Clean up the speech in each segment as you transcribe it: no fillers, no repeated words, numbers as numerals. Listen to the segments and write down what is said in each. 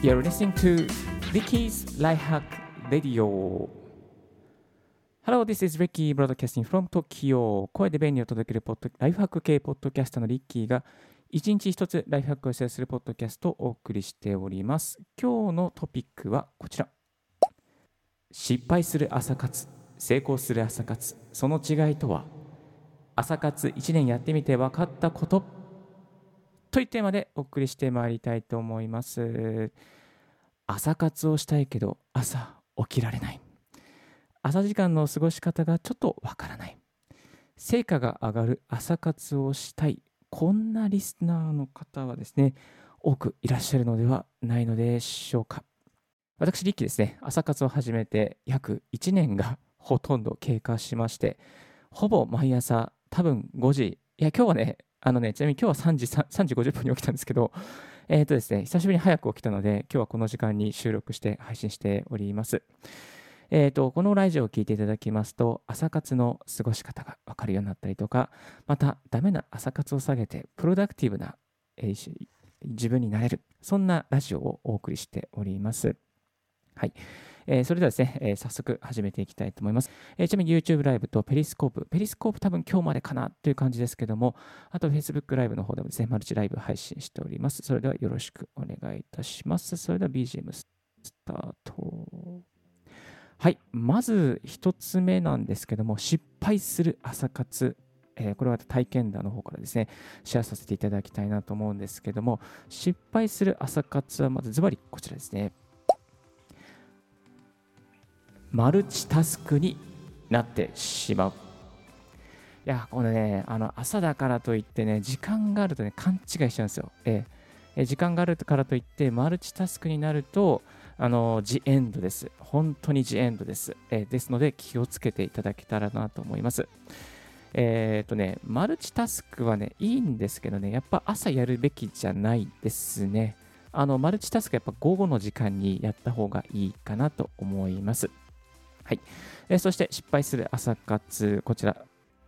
You're listening to Ricky's Lifehack Radio. Hello, this is Ricky broadcasting from Tokyo. 声で便利を届けるライフハック系ポッドキャスターのリッキーが一日一つライフハックをシェアするポッドキャストをお送りしております。今日のトピックはこちら。失敗する朝活、成功する朝活、その違いとは？朝活1年やってみて分かったことというテーマでお送りしてまいりたいと思います。朝活をしたいけど朝起きられない。朝時間の過ごし方がちょっとわからない。成果が上がる朝活をしたい。こんなリスナーの方はですね、多くいらっしゃるのではないのでしょうか。私、リッキーですね、朝活を始めて約1年がほとんど経過しまして、ほぼ毎朝多分5時、今日はね、ちなみに今日は3時50分に起きたんですけど、ですね、久しぶりに早く起きたので、今日はこの時間に収録して配信しております。このラジオを聞いていただきますと、朝活の過ごし方が分かるようになったりとか、またダメな朝活を下げて、プロダクティブな、自分になれる、そんなラジオをお送りしております。はい。それではですね、早速始めていきたいと思います。ちなみに YouTube ライブとペリスコープ多分今日までかなという感じですけども、あと Facebook ライブの方でもですね、マルチライブ配信しております。それではよろしくお願いいたします。それでは BGM スタート。はい、まず一つ目なんですけども、失敗する朝活。これは体験談の方からですね、シェアさせていただきたいなと思うんですけども、失敗する朝活はまずズバリこちらですね。マルチタスクになってしまう。いや、これね、朝だからといってね、時間があるとね、勘違いしちゃうんですよ。時間があるからといって、マルチタスクになると、ジエンドです。本当にジエンドです。ですので、気をつけていただけたらなと思います。マルチタスクはね、いいんですけどね、やっぱ朝やるべきじゃないですね。マルチタスクはやっぱ午後の時間にやった方がいいかなと思います。はい。そして失敗する朝活、こちら。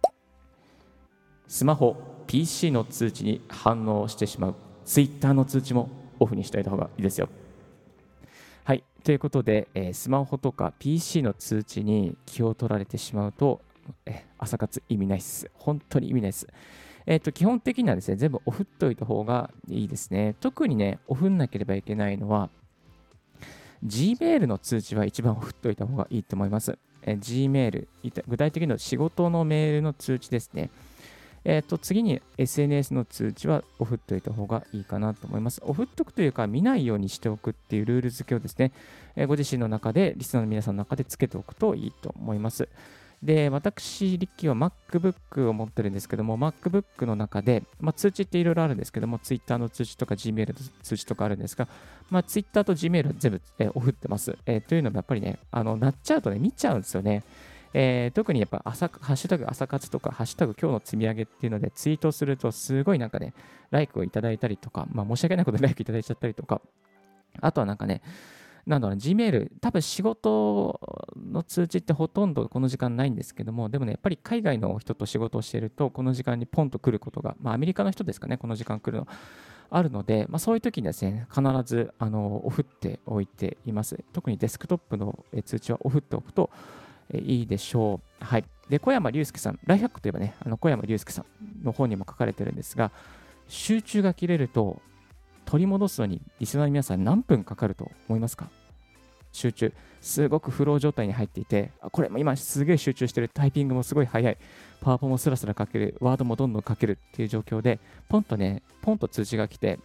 スマホ、PC の通知に反応してしまう。Twitter の通知もオフにしておいた方がいいですよ。はい。ということで、スマホとか PC の通知に気を取られてしまうと、朝活意味ないです。本当に意味ないです。基本的にはですね、全部オフっといた方がいいですね。特にね、オフんなければいけないのは、Gmail の通知は一番オフっといた方がいいと思います。Gmail、具体的には仕事のメールの通知ですね。次に SNS の通知はオフっといた方がいいかなと思います。オフっとくというか、見ないようにしておくっていうルール付けをですね、ご自身の中で、リスナーの皆さんの中でつけておくといいと思います。で、私、リッキーは MacBook を持ってるんですけども、MacBook の中で、通知っていろいろあるんですけども、Twitter の通知とか Gmail の通知とかあるんですが、Twitter と Gmail は全部、オフってます。というのもやっぱりね、鳴っちゃうとね、見ちゃうんですよね。特にやっぱハッシュタグ朝活とか、ハッシュタグ今日の積み上げっていうのでツイートすると、すごいなんかね、ライクをいただいたりとか、申し訳ないことでライクいただいちゃったりとか、あとはなんかね、なんだろう、Gmail、多分仕事の通知ってほとんどこの時間ないんですけども、でもね、やっぱり海外の人と仕事をしていると、この時間にポンと来ることが、アメリカの人ですかね、この時間来るの、あるので、そういう時にですね、必ずオフっておいています。特にデスクトップの通知はオフっておくといいでしょう。はい。で、小山隆介さん、ライフハックといえばね、小山隆介さんの本にも書かれてるんですが、集中が切れると、取り戻すのにリスナーの皆さん何分かかると思いますか？集中。すごくフロー状態に入っていて、これも今すげえ集中してる。タイピングもすごい速い。パワポもスラスラ書ける。ワードもどんどん書けるっていう状況で、ポンと通知が来て、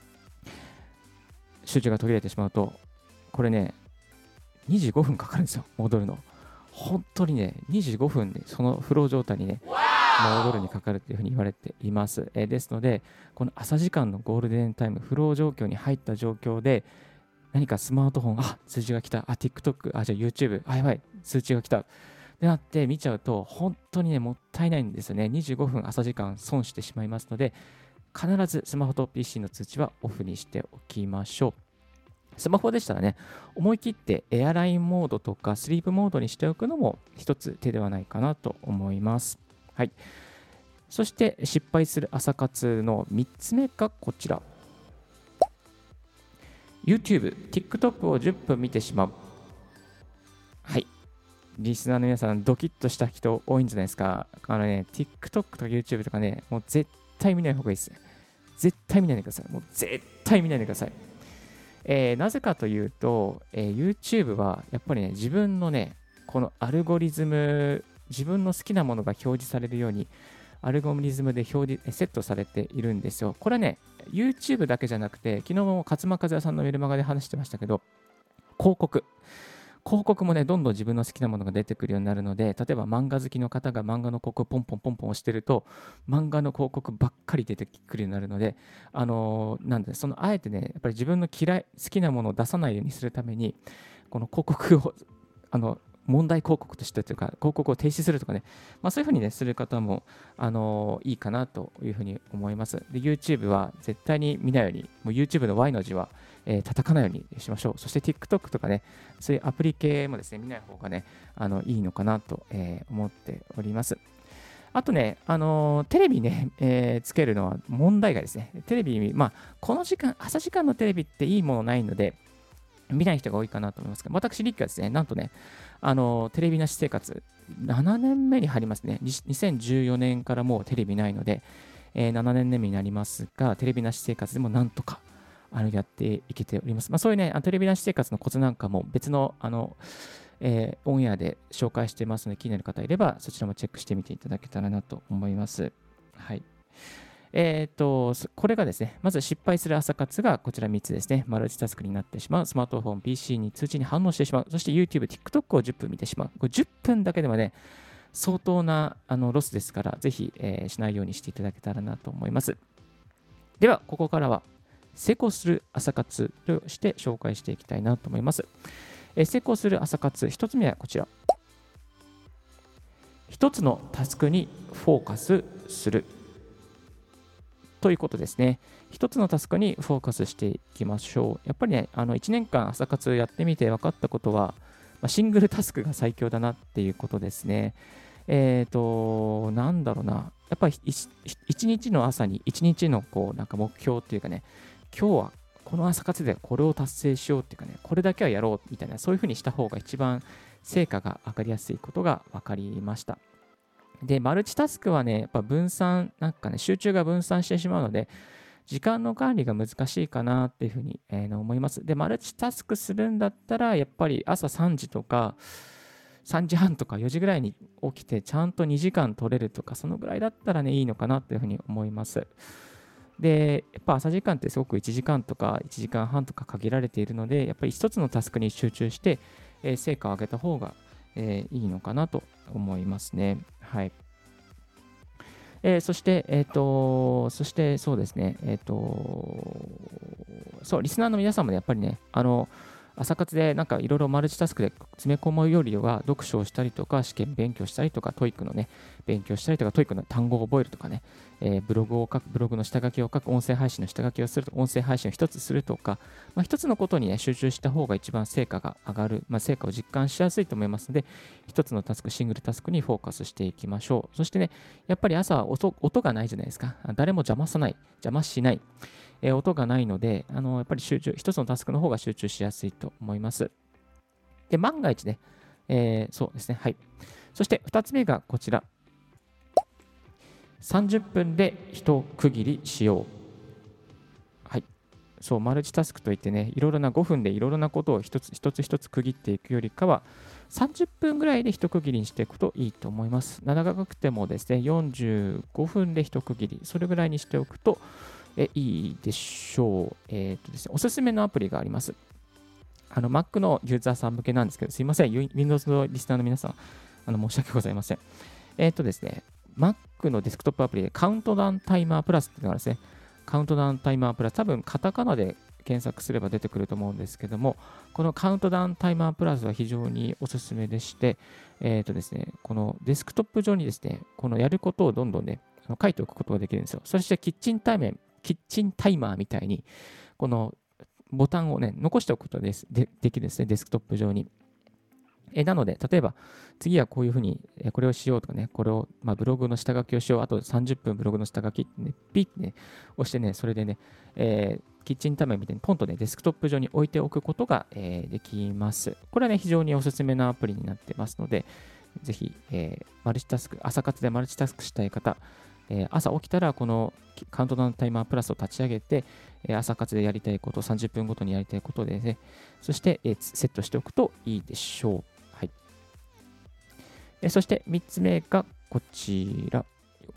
集中が途切れてしまうと、これね、25分かかるんですよ。戻るの。本当にね、25分でそのフロー状態にね、戻るにかかるというふうに言われています。ですので、この朝時間のゴールデンタイム、フロー状況に入った状況で、何かスマートフォン、通知が来た、TikTok、じゃあ YouTube、やばい、通知が来た。ってなって見ちゃうと、本当にね、もったいないんですよね。25分朝時間損してしまいますので、必ずスマホと PC の通知はオフにしておきましょう。スマホでしたらね、思い切ってエアラインモードとかスリープモードにしておくのも一つ手ではないかなと思います。はい。そして失敗する朝活の3つ目がこちら。 YouTube、TikTok を10分見てしまう。はい。リスナーの皆さん、ドキッとした人多いんじゃないですか。TikTok とか YouTube とかね、もう絶対見ない方がいいです。絶対見ないでください。もう絶対見ないでください。なぜかというと、YouTube はやっぱりね、自分のね、このアルゴリズム、自分の好きなものが表示されるように、アルゴリズムでセットされているんですよ。これはね、YouTube だけじゃなくて、昨日も勝間和也さんのメルマガで話してましたけど、広告。広告もね、どんどん自分の好きなものが出てくるようになるので、例えば漫画好きの方が漫画の広告をポンポンポンポン押してると、漫画の広告ばっかり出てくるようになるので、なんで、あえてね、やっぱり自分の好きなものを出さないようにするために、この広告を、問題広告としてというか、広告を停止するとかね、そういうふうにね、する方も、いいかなというふうに思います。で、YouTube は絶対に見ないように、もう YouTube の Y の字は、叩かないようにしましょう。そして TikTok とかね、そういうアプリ系もですね、見ない方がね、いいのかなと、思っております。あとね、テレビね、つけるのは問題外ですね。テレビ、この時間、朝時間のテレビっていいものないので、見ない人が多いかなと思いますが、私、リッキーはですね、なんとね、テレビなし生活、7年目に入りますね。2014年からもうテレビないので、7年目になりますが、テレビなし生活でもなんとかやっていけております。そういうね、テレビなし生活のコツなんかも別のオンエアで紹介してますので、気になる方いれば、そちらもチェックしてみていただけたらなと思います。はい。これがですね、まず失敗する朝活がこちら3つですね。マルチタスクになってしまう。スマートフォン、PC に通知に反応してしまう。そして YouTube、TikTok を10分見てしまう。これ10分だけではね、相当なロスですから、ぜひ、しないようにしていただけたらなと思います。では、ここからは成功する朝活として紹介していきたいなと思います。成功する朝活、1つ目はこちら。1つのタスクにフォーカスする。ということですね。一つのタスクにフォーカスしていきましょう。やっぱりね、1年間朝活やってみて分かったことは、シングルタスクが最強だなっていうことですね。なんだろうな。やっぱり一日の朝に一日のなんか目標っていうかね、今日はこの朝活でこれを達成しようっていうかね、これだけはやろうみたいな、そういうふうにした方が一番成果が上がりやすいことが分かりました。で、マルチタスクはね、やっぱ分散、なんかね、集中が分散してしまうので、時間の管理が難しいかなっていうふうに、思います。で、マルチタスクするんだったら、やっぱり朝3時とか、3時半とか4時ぐらいに起きて、ちゃんと2時間取れるとか、そのぐらいだったらね、いいのかなというふうに思います。で、やっぱ朝時間ってすごく1時間とか1時間半とか限られているので、やっぱり一つのタスクに集中して、成果を上げた方が、いいのかなと思いますね。はい。そして、そうですね、そう、リスナーの皆さんもね、やっぱりね、朝活でなんかいろいろマルチタスクで詰め込むよりは、読書をしたりとか、試験勉強したりとか、トイックのね、勉強したりとか、トイックの単語を覚えるとかね、ブログを書く、ブログの下書きを書く、音声配信の下書きをすると、音声配信を一つするとか、一つのことにね、集中した方が一番成果が上がる、成果を実感しやすいと思いますので、一つのタスク、シングルタスクにフォーカスしていきましょう。そしてね、やっぱり朝は音がないじゃないですか。誰も邪魔しない。音がないので、やっぱり一つのタスクの方が集中しやすいと思います。で、万が一ね、そうですね、はい。そして2つ目がこちら。30分で一区切りしよう。はい。そう、マルチタスクといってね、いろいろな5分でいろいろなことを一つ一つ区切っていくよりかは、30分ぐらいで一区切りにしていくといいと思います。長くてもですね、45分で一区切り、それぐらいにしておくと、いいでしょう。ですね、おすすめのアプリがあります。Mac のユーザーさん向けなんですけど、すいません、Windows のリスナーの皆さん、申し訳ございません。ですね、Mac のデスクトップアプリでカウントダウンタイマープラスっていうのがあるんですね。カウントダウンタイマープラス、多分カタカナで検索すれば出てくると思うんですけども、このカウントダウンタイマープラスは非常におすすめでして、ですね、このデスクトップ上にですね、このやることをどんどんね、書いておくことができるんですよ。そしてキッチンタイマーみたいに、このボタンをね、残しておくことできるんですね、デスクトップ上に。 なので、例えば、次はこういうふうに、これをしようとかね、これを、ブログの下書きをしよう、あと30分ブログの下書きってね、ピッてね、押してね、それでね、キッチンタイマーみたいにポンとね、デスクトップ上に置いておくことが、できます。これはね、非常におすすめのアプリになってますので、ぜひ、マルチタスク、朝活でマルチタスクしたい方、朝起きたらこのカウントダウンタイマープラスを立ち上げて、朝活でやりたいこと、30分ごとにやりたいことでね、そして、セットしておくといいでしょう。はい。そして3つ目がこちら。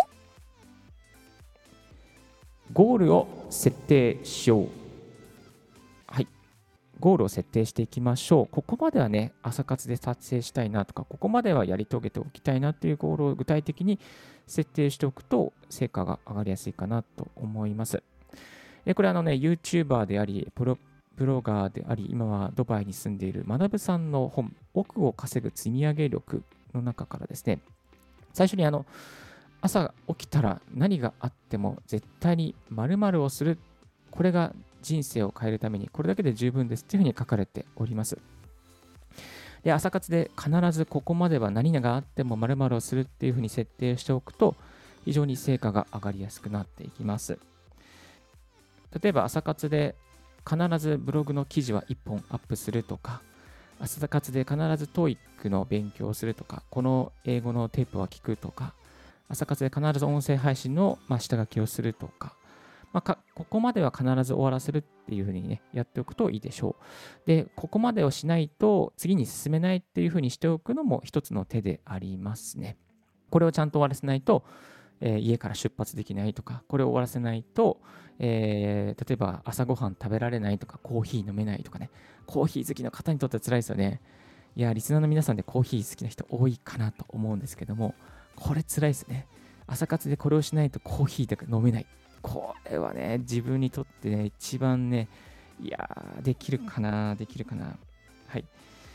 ゴールを設定しよう。はい。ゴールを設定していきましょう。ここまではね、朝活で達成したいなとか、ここまではやり遂げておきたいなというゴールを具体的に設定しておくと、成果が上がりやすいかなと思います。これYouTuber であり、ブロガーであり、今はドバイに住んでいる学さんの本、億を稼ぐ積み上げ力の中からですね、最初に朝起きたら何があっても絶対に〇〇をする。これが人生を変えるためにこれだけで十分ですというふうに書かれております。で、朝活で必ずここまでは何があっても〇〇をするっていうふうに設定しておくと非常に成果が上がりやすくなっていきます。例えば朝活で必ずブログの記事は1本アップするとか、朝活で必ず TOEIC の勉強をするとか、この英語のテープは聞くとか、朝活で必ず音声配信の下書きをするとか、ここまでは必ず終わらせるっていうふうにね、やっておくといいでしょう。で、ここまでをしないと次に進めないっていうふうにしておくのも一つの手でありますね。これをちゃんと終わらせないと、家から出発できないとか、これを終わらせないと、例えば朝ごはん食べられないとか、コーヒー飲めないとかね、コーヒー好きの方にとっては辛いですよね。いや、リスナーの皆さんでコーヒー好きな人多いかなと思うんですけども、これ辛いですね。朝活でこれをしないとコーヒーとか飲めない。これはね、自分にとってね、一番ね、いやー、できるかな。はい。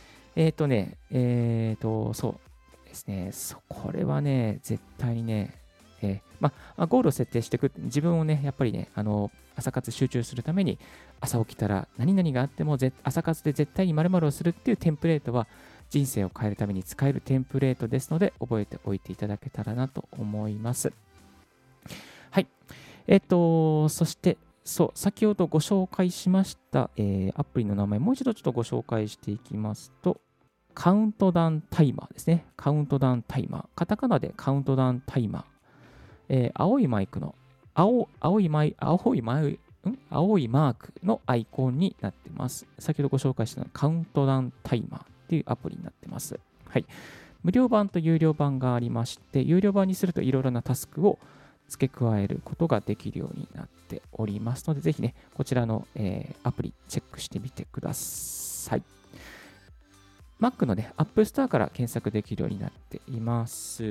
そうですね、これはね、絶対にね、ゴールを設定していく、自分をね、やっぱりね、朝活集中するために、朝起きたら何々があっても、朝活で絶対に〇〇をするっていうテンプレートは、人生を変えるために使えるテンプレートですので、覚えておいていただけたらなと思います。はい。そして、先ほどご紹介しました、アプリの名前、もう一度ちょっとご紹介していきますと、カウントダウンタイマーですね。カウントダウンタイマー。カタカナでカウントダウンタイマー。青いマイクの、青いマークのアイコンになっています。先ほどご紹介したカウントダウンタイマーっていうアプリになっています。はい。無料版と有料版がありまして、有料版にするといろいろなタスクを付け加えることができるようになっておりますので、ぜひね、こちらの、アプリチェックしてみてください。Mac のね、App Store から検索できるようになっています。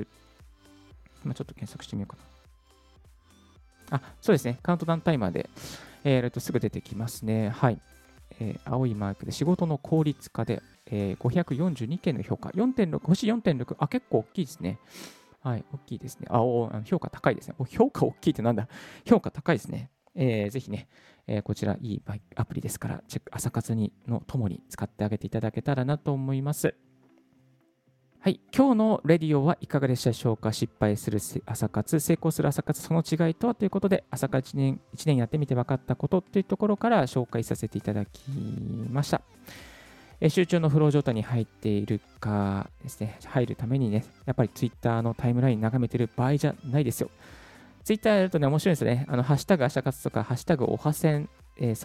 今ちょっと検索してみようかな。そうですね。カウントダウンタイマーで、すぐ出てきますね。はい。青いマークで仕事の効率化で、542件の評価。4.6、星 4.6。結構大きいですね。はい、大きいですね。評価高いですね。評価大きいってなんだ。評価高いですね。ぜひね、こちらいいアプリですから、朝活のともに使ってあげていただけたらなと思います。はい、今日のレディオはいかがでしたでしょうか。失敗する朝活、成功する朝活、その違いとはということで、朝活1年やってみて分かったことというところから紹介させていただきました。集中のフロー状態に入っているかですね、入るためにね、やっぱり Twitter のタイムライン眺めてる場合じゃないですよ。Twitter やるとね、面白いですね。ハッシュタグ朝活とか、ハッシュタグおはせん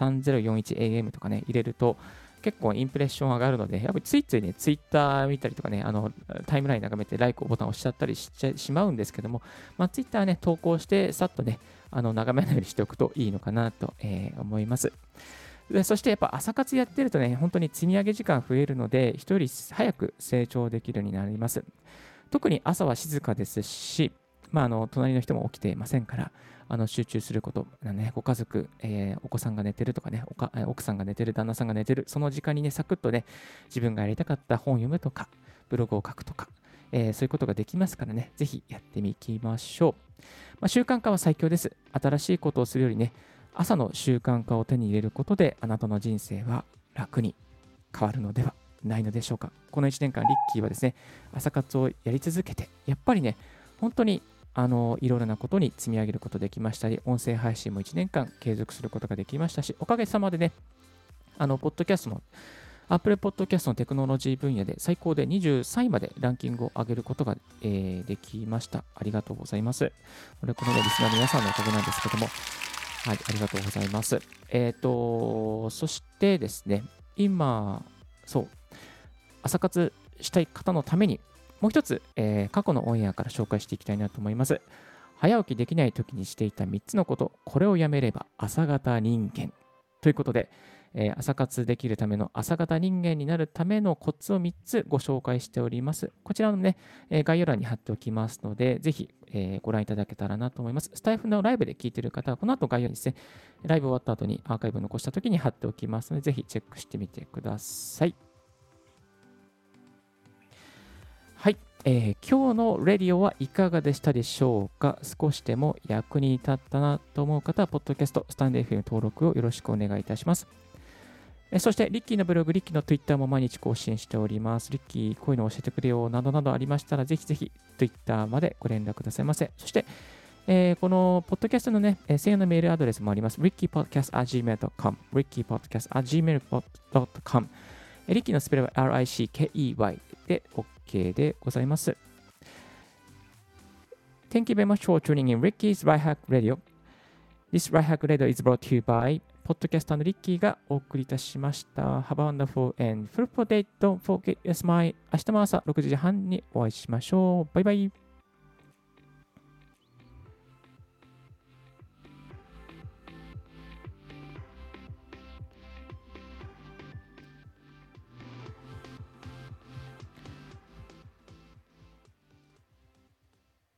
3041am とかね、入れると、結構インプレッション上がるので、やっぱりついついね、Twitter 見たりとかね、タイムライン眺めて、ライクボタンを押しちゃったりしてしまうんですけども、Twitter ね、投稿して、さっとね、眺めないようにしておくといいのかなと、思います。そしてやっぱ朝活やってるとね、本当に積み上げ時間増えるので、人より早く成長できるようになります。特に朝は静かですし、隣の人も起きていませんから、集中すること、ご家族、お子さんが寝てるとかね、奥さんが寝てる、旦那さんが寝てる、その時間にね、サクッとね、自分がやりたかった本を読むとか、ブログを書くとか、そういうことができますからね、ぜひやってみましょう。習慣化は最強です。新しいことをするよりね、朝の習慣化を手に入れることで、あなたの人生は楽に変わるのではないのでしょうか。この1年間、リッキーはですね、朝活をやり続けて、やっぱりね、本当にいろいろなことに積み上げることができましたり、音声配信も1年間継続することができましたし、おかげさまでね、ポッドキャストのApple Podcast のテクノロジー分野で最高で23位までランキングを上げることが、できました。ありがとうございます。これ、この、ね、リスナーの皆さんのおかげなんですけども、はい、ありがとうございます。そしてですね、今、そう、朝活したい方のために、もう一つ、過去のオンエアから紹介していきたいなと思います。早起きできない時にしていた3つのこと、これをやめれば朝型人間。ということで、朝活できるための朝型人間になるためのコツを3つご紹介しております。こちらのね、概要欄に貼っておきますので、ぜひ、ご覧いただけたらなと思います。スタイフのライブで聞いている方は、この後概要にですね、ライブ終わった後にアーカイブ残した時に貼っておきますので、ぜひチェックしてみてください。はい、今日のレディオはいかがでしたでしょうか。少しでも役に立ったなと思う方は、ポッドキャスト、スタンド FM 登録をよろしくお願いいたします。そして、リッキーのブログ、リッキーの Twitter も毎日更新しております。リッキー、こういうの教えてくれよなどなどありましたら、ぜひぜひ Twitter までご連絡くださいませ。そして、このポッドキャストのね、専用のメールアドレスもあります。rickypodcast@gmail.com rickypodcast@gmail.com リッキーのスペルは RICKEY で OK でございます。Thank you very much for tuning in Ricky's Right Hack Radio.This Right Hack Radio is brought to you by ポッドキャスターのリッキーがお送りいたしました。Have a wonderful and fruitful day. Don't forget your smile. 明日も朝6時半にお会いしましょう。バイバイ。